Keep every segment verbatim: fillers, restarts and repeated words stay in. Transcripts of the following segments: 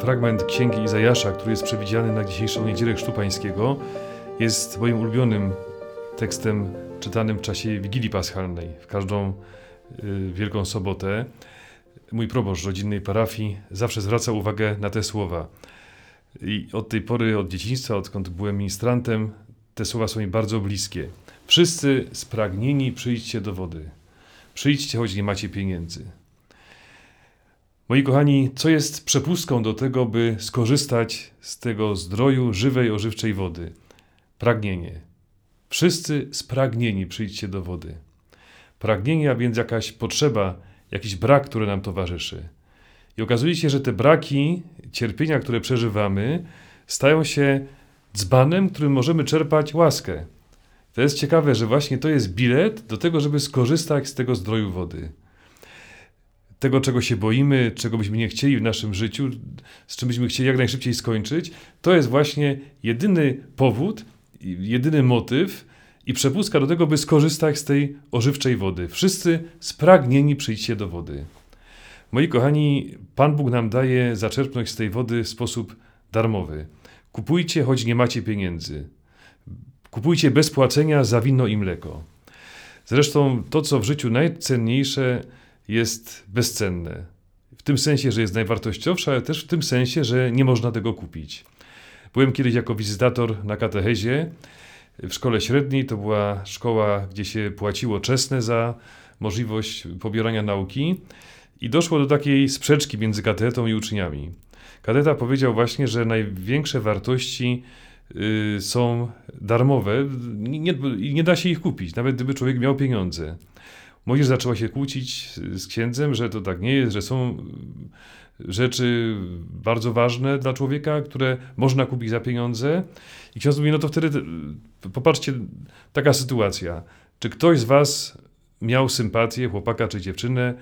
Fragment Księgi Izajasza, który jest przewidziany na dzisiejszą Niedzielę Chrztu Pańskiego, jest moim ulubionym tekstem czytanym w czasie Wigilii Paschalnej, w każdą y, Wielką Sobotę. Mój proboszcz rodzinnej parafii zawsze zwraca uwagę na te słowa. I od tej pory, od dzieciństwa, odkąd byłem ministrantem, te słowa są mi bardzo bliskie. Wszyscy spragnieni, przyjdźcie do wody. Przyjdźcie, choć nie macie pieniędzy. Moi kochani, co jest przepustką do tego, by skorzystać z tego zdroju żywej, ożywczej wody? Pragnienie. Wszyscy spragnieni, przyjdźcie do wody. Pragnienie, a więc jakaś potrzeba, jakiś brak, który nam towarzyszy. I okazuje się, że te braki, cierpienia, które przeżywamy, stają się dzbanem, którym możemy czerpać łaskę. To jest ciekawe, że właśnie to jest bilet do tego, żeby skorzystać z tego zdroju wody. Tego, czego się boimy, czego byśmy nie chcieli w naszym życiu, z czym byśmy chcieli jak najszybciej skończyć, to jest właśnie jedyny powód, jedyny motyw i przepustka do tego, by skorzystać z tej ożywczej wody. Wszyscy spragnieni, przyjdźcie do wody. Moi kochani, Pan Bóg nam daje zaczerpnąć z tej wody w sposób darmowy. Kupujcie, choć nie macie pieniędzy. Kupujcie bez płacenia za wino i mleko. Zresztą to, co w życiu najcenniejsze, jest bezcenne. W tym sensie, że jest najwartościowsze, ale też w tym sensie, że nie można tego kupić. Byłem kiedyś jako wizytator na katechezie w szkole średniej. To była szkoła, gdzie się płaciło czesne za możliwość pobierania nauki. I doszło do takiej sprzeczki między katechetą i uczniami. Katecheta powiedział właśnie, że największe wartości y, są darmowe i nie, nie da się ich kupić, nawet gdyby człowiek miał pieniądze. Młodzież zaczęła się kłócić z księdzem, że to tak nie jest, że są rzeczy bardzo ważne dla człowieka, które można kupić za pieniądze. I ksiądz mówi, no to wtedy popatrzcie, taka sytuacja. Czy ktoś z was miał sympatię, chłopaka czy dziewczynę,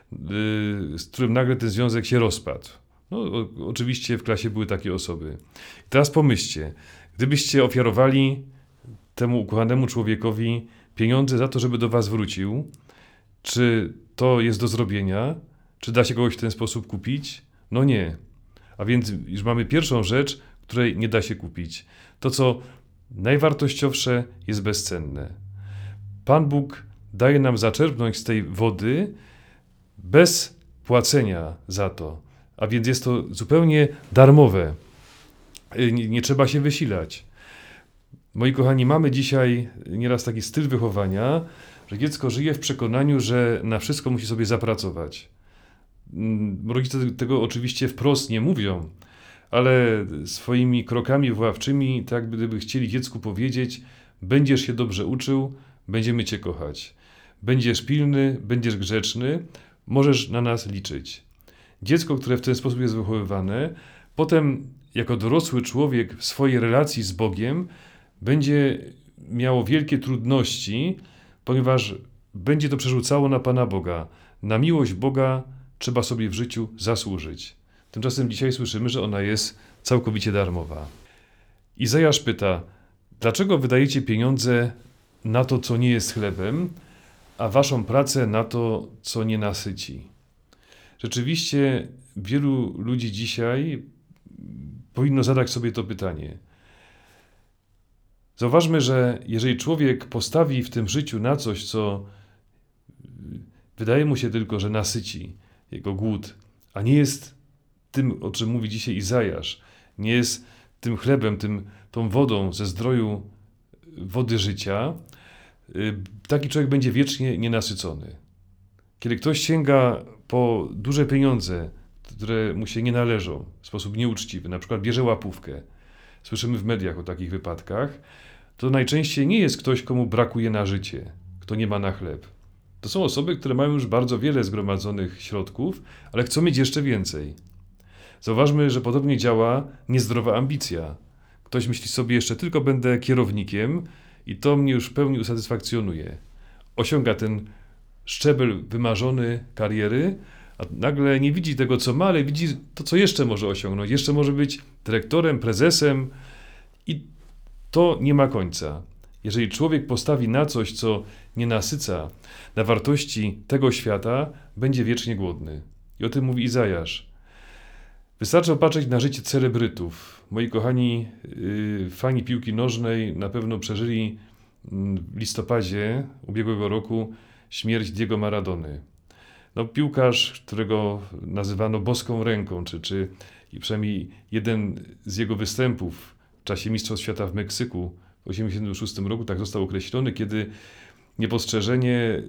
z którym nagle ten związek się rozpadł? No o, oczywiście w klasie były takie osoby. I teraz pomyślcie, gdybyście ofiarowali temu ukochanemu człowiekowi pieniądze za to, żeby do was wrócił, czy to jest do zrobienia? Czy da się kogoś w ten sposób kupić? No nie. A więc już mamy pierwszą rzecz, której nie da się kupić. To, co najwartościowsze, jest bezcenne. Pan Bóg daje nam zaczerpnąć z tej wody bez płacenia za to. A więc jest to zupełnie darmowe. Nie, nie trzeba się wysilać. Moi kochani, mamy dzisiaj nieraz taki styl wychowania, że dziecko żyje w przekonaniu, że na wszystko musi sobie zapracować. Rodzice tego oczywiście wprost nie mówią, ale swoimi krokami wychowawczymi, tak gdyby chcieli dziecku powiedzieć, będziesz się dobrze uczył, będziemy cię kochać. Będziesz pilny, będziesz grzeczny, możesz na nas liczyć. Dziecko, które w ten sposób jest wychowywane, potem jako dorosły człowiek w swojej relacji z Bogiem będzie miało wielkie trudności, ponieważ będzie to przerzucało na Pana Boga. Na miłość Boga trzeba sobie w życiu zasłużyć. Tymczasem dzisiaj słyszymy, że ona jest całkowicie darmowa. Izajasz pyta, dlaczego wydajecie pieniądze na to, co nie jest chlebem, a waszą pracę na to, co nie nasyci? Rzeczywiście wielu ludzi dzisiaj powinno zadać sobie to pytanie. Zauważmy, że jeżeli człowiek postawi w tym życiu na coś, co wydaje mu się tylko, że nasyci jego głód, a nie jest tym, o czym mówi dzisiaj Izajasz, nie jest tym chlebem, tym, tą wodą ze zdroju wody życia, taki człowiek będzie wiecznie nienasycony. Kiedy ktoś sięga po duże pieniądze, które mu się nie należą w sposób nieuczciwy, na przykład bierze łapówkę, słyszymy w mediach o takich wypadkach, to najczęściej nie jest ktoś, komu brakuje na życie, kto nie ma na chleb. To są osoby, które mają już bardzo wiele zgromadzonych środków, ale chcą mieć jeszcze więcej. Zauważmy, że podobnie działa niezdrowa ambicja. Ktoś myśli sobie, jeszcze tylko będę kierownikiem i to mnie już w pełni usatysfakcjonuje. Osiąga ten szczebel wymarzony kariery, a nagle nie widzi tego, co ma, ale widzi to, co jeszcze może osiągnąć. Jeszcze może być dyrektorem, prezesem i to nie ma końca. Jeżeli człowiek postawi na coś, co nie nasyca, na wartości tego świata, będzie wiecznie głodny. I o tym mówi Izajasz. Wystarczy popatrzeć na życie celebrytów. Moi kochani yy, fani piłki nożnej na pewno przeżyli w listopadzie ubiegłego roku śmierć Diego Maradony. No, piłkarz, którego nazywano boską ręką, czy, czy i przynajmniej jeden z jego występów w czasie Mistrzostw Świata w Meksyku w tysiąc dziewięćset osiemdziesiątym szóstym roku tak został określony, kiedy niepostrzeżenie yy,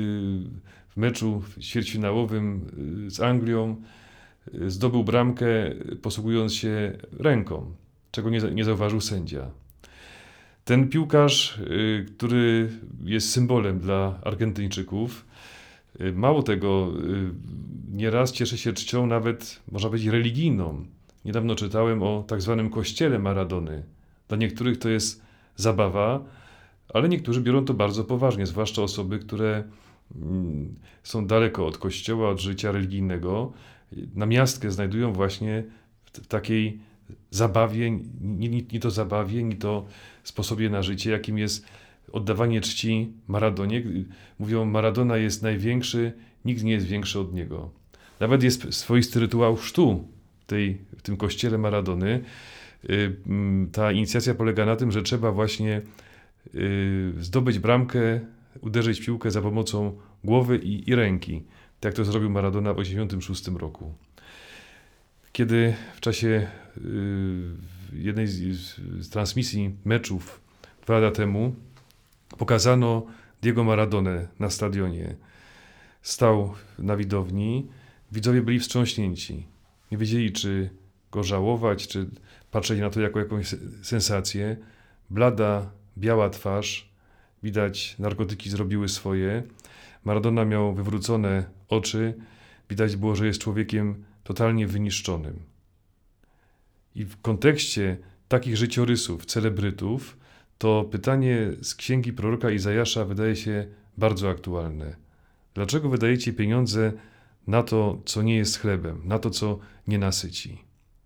w meczu ćwierćfinałowym yy, z Anglią yy, zdobył bramkę, posługując się ręką, czego nie, nie zauważył sędzia. Ten piłkarz, yy, który jest symbolem dla Argentyńczyków, yy, mało tego, yy, nieraz cieszy się czcią nawet, można powiedzieć, religijną. Niedawno czytałem o tak zwanym kościele Maradony. Dla niektórych to jest zabawa, ale niektórzy biorą to bardzo poważnie, zwłaszcza osoby, które mm, są daleko od kościoła, od życia religijnego. Namiastkę znajdują właśnie w, w takiej zabawie, nie, nie, nie to zabawie, nie to sposobie na życie, jakim jest oddawanie czci Maradonie. Mówią, Maradona jest największy, nikt nie jest większy od niego. Nawet jest swoisty rytuał chrztu w, tej, w tym kościele Maradony. Ta inicjacja polega na tym, że trzeba właśnie zdobyć bramkę, uderzyć w piłkę za pomocą głowy i, i ręki, tak jak to zrobił Maradona w tysiąc dziewięćset osiemdziesiątym szóstym roku. Kiedy w czasie jednej z, z transmisji meczów dwa lata temu pokazano Diego Maradonę na stadionie, stał na widowni, widzowie byli wstrząśnięci. Nie wiedzieli, czy go żałować, czy patrzeć na to jako jakąś sensację. Blada, biała twarz, widać, narkotyki zrobiły swoje. Maradona miał wywrócone oczy, widać było, że jest człowiekiem totalnie wyniszczonym. I w kontekście takich życiorysów, celebrytów, to pytanie z księgi proroka Izajasza wydaje się bardzo aktualne. Dlaczego wydajecie pieniądze na to, co nie jest chlebem, na to, co nie nasyci?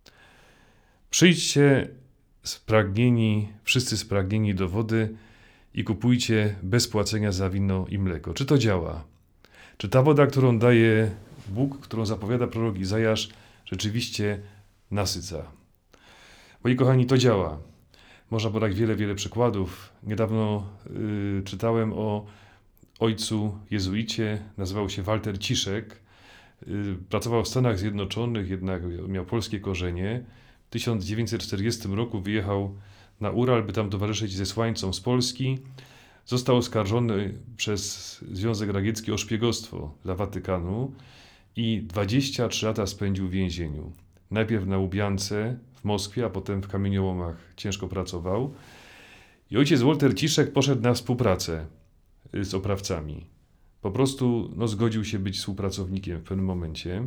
Przyjdźcie spragnieni, wszyscy spragnieni do wody i kupujcie bez płacenia za wino i mleko. Czy to działa? Czy ta woda, którą daje Bóg, którą zapowiada prorok Izajasz, rzeczywiście nasyca? Moi kochani, to działa. Można podać wiele, wiele przykładów. Niedawno yy, czytałem o ojcu jezuicie, nazywał się Walter Ciszek. Yy, pracował w Stanach Zjednoczonych, jednak miał polskie korzenie. W tysiąc dziewięćset czterdziestym roku wyjechał na Ural, by tam towarzyszyć zesłańcom z Polski. Został oskarżony przez Związek Radziecki o szpiegostwo dla Watykanu i dwadzieścia trzy lata spędził w więzieniu. Najpierw na Łubiance w Moskwie, a potem w kamieniołomach ciężko pracował. I ojciec Walter Ciszek poszedł na współpracę z oprawcami. Po prostu no, zgodził się być współpracownikiem w pewnym momencie.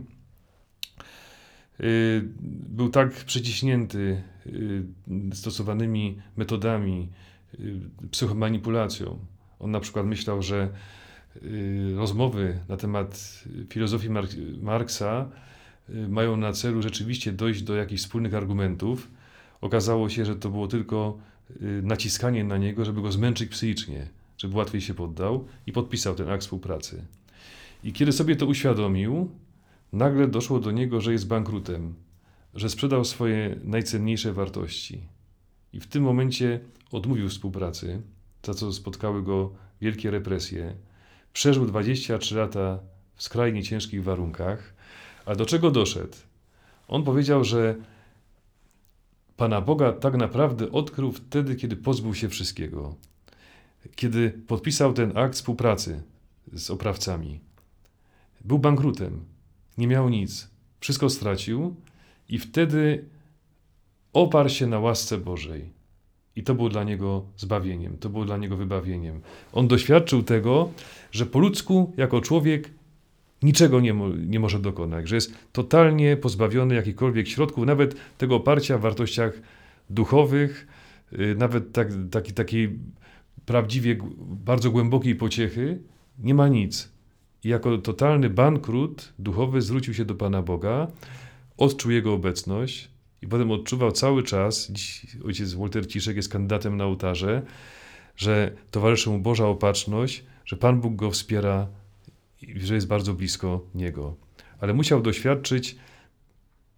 Był tak przyciśnięty stosowanymi metodami, psychomanipulacją. On na przykład myślał, że rozmowy na temat filozofii Marksa mają na celu rzeczywiście dojść do jakichś wspólnych argumentów. Okazało się, że to było tylko naciskanie na niego, żeby go zmęczyć psychicznie, żeby łatwiej się poddał i podpisał ten akt współpracy. I kiedy sobie to uświadomił, nagle doszło do niego, że jest bankrutem, że sprzedał swoje najcenniejsze wartości. I w tym momencie odmówił współpracy, za co spotkały go wielkie represje. Przeżył dwadzieścia trzy lata w skrajnie ciężkich warunkach. A do czego doszedł? On powiedział, że Pana Boga tak naprawdę odkrył wtedy, kiedy pozbył się wszystkiego. Kiedy podpisał ten akt współpracy z oprawcami. Był bankrutem. Nie miał nic. Wszystko stracił i wtedy oparł się na łasce Bożej. I to było dla niego zbawieniem, to było dla niego wybawieniem. On doświadczył tego, że po ludzku, jako człowiek, niczego nie, mo- nie może dokonać, że jest totalnie pozbawiony jakichkolwiek środków, nawet tego oparcia w wartościach duchowych, yy, nawet tak, taki, takiej prawdziwie g- bardzo głębokiej pociechy, nie ma nic. I jako totalny bankrut duchowy zwrócił się do Pana Boga, odczuł Jego obecność i potem odczuwał cały czas, dziś ojciec Walter Ciszek jest kandydatem na ołtarze, że towarzyszy mu Boża opatrzność, że Pan Bóg go wspiera i że jest bardzo blisko Niego. Ale musiał doświadczyć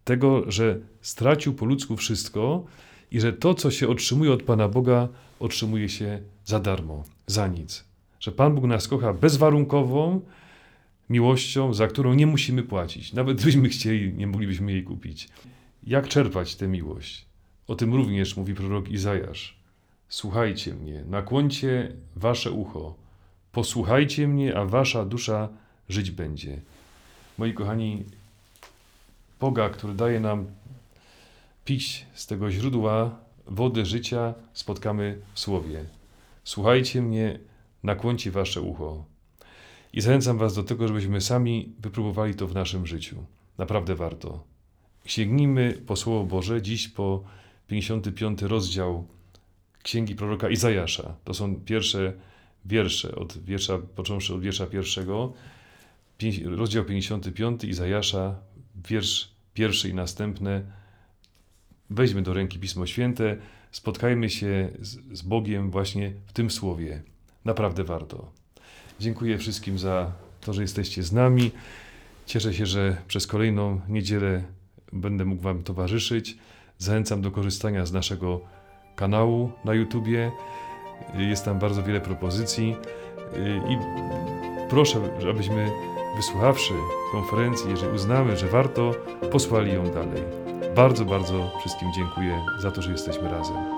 tego, że stracił po ludzku wszystko i że to, co się otrzymuje od Pana Boga, otrzymuje się za darmo, za nic. Że Pan Bóg nas kocha bezwarunkową miłością, za którą nie musimy płacić. Nawet gdybyśmy chcieli, nie moglibyśmy jej kupić. Jak czerpać tę miłość? O tym również mówi prorok Izajasz. Słuchajcie mnie, nakłońcie wasze ucho, posłuchajcie mnie, a wasza dusza żyć będzie. Moi kochani, Boga, który daje nam pić z tego źródła wody życia, spotkamy w Słowie. Słuchajcie mnie, nakłońcie wasze ucho. I zachęcam was do tego, żebyśmy sami wypróbowali to w naszym życiu. Naprawdę warto. Sięgnijmy po Słowo Boże, dziś po pięćdziesiąty piąty rozdział Księgi proroka Izajasza. To są pierwsze wiersze, od wiersza, począwszy od wiersza pierwszego. Rozdział pięćdziesiąty piąty Izajasza, wiersz pierwszy i następne. Weźmy do ręki Pismo Święte, spotkajmy się z, z Bogiem właśnie w tym Słowie. Naprawdę warto. Dziękuję wszystkim za to, że jesteście z nami. Cieszę się, że przez kolejną niedzielę będę mógł wam towarzyszyć. Zachęcam do korzystania z naszego kanału na YouTubie. Jest tam bardzo wiele propozycji i proszę, abyśmy wysłuchawszy konferencji, jeżeli uznamy, że warto, posłali ją dalej. Bardzo, bardzo wszystkim dziękuję za to, że jesteśmy razem.